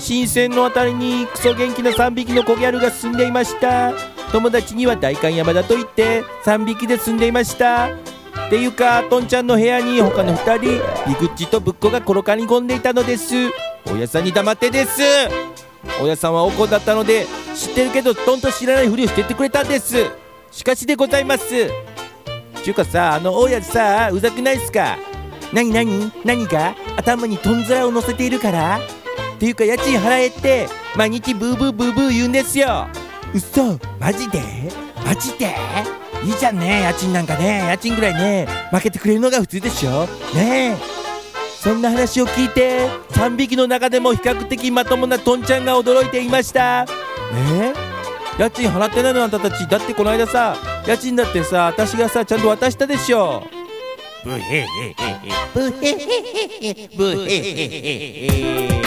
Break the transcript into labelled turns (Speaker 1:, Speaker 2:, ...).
Speaker 1: 新鮮のあたりにクソ元気な3匹の子ギャルが住んでいました。友達には代官山だと言って3匹で住んでいました。っていうかトンちゃんの部屋に他の2人リグッチとブッコが転がり込んでいたのです。大家さんに黙ってです。大家さんはおこだったので知ってるけどトンと知らないふりをしてってくれたんです。しかしでございます。ちゅうかさ、大家さうざくないっすか。何が頭にトン面を乗せているからっていうか家賃払えって毎日ブーブーブーブー言うんですよ。嘘、マジでいいじゃんね、家賃なんかね。家賃ぐらいね負けてくれるのが普通でしょねえ。そんな話を聞いて3匹の中でも比較的まともなトンちゃんが驚いていました。家賃払ってないのあんたたち。だってこの間さ家賃だってさ私がさちゃんと渡したでしょ。ブヘヘヘヘブヘヘヘヘブヘヘヘヘ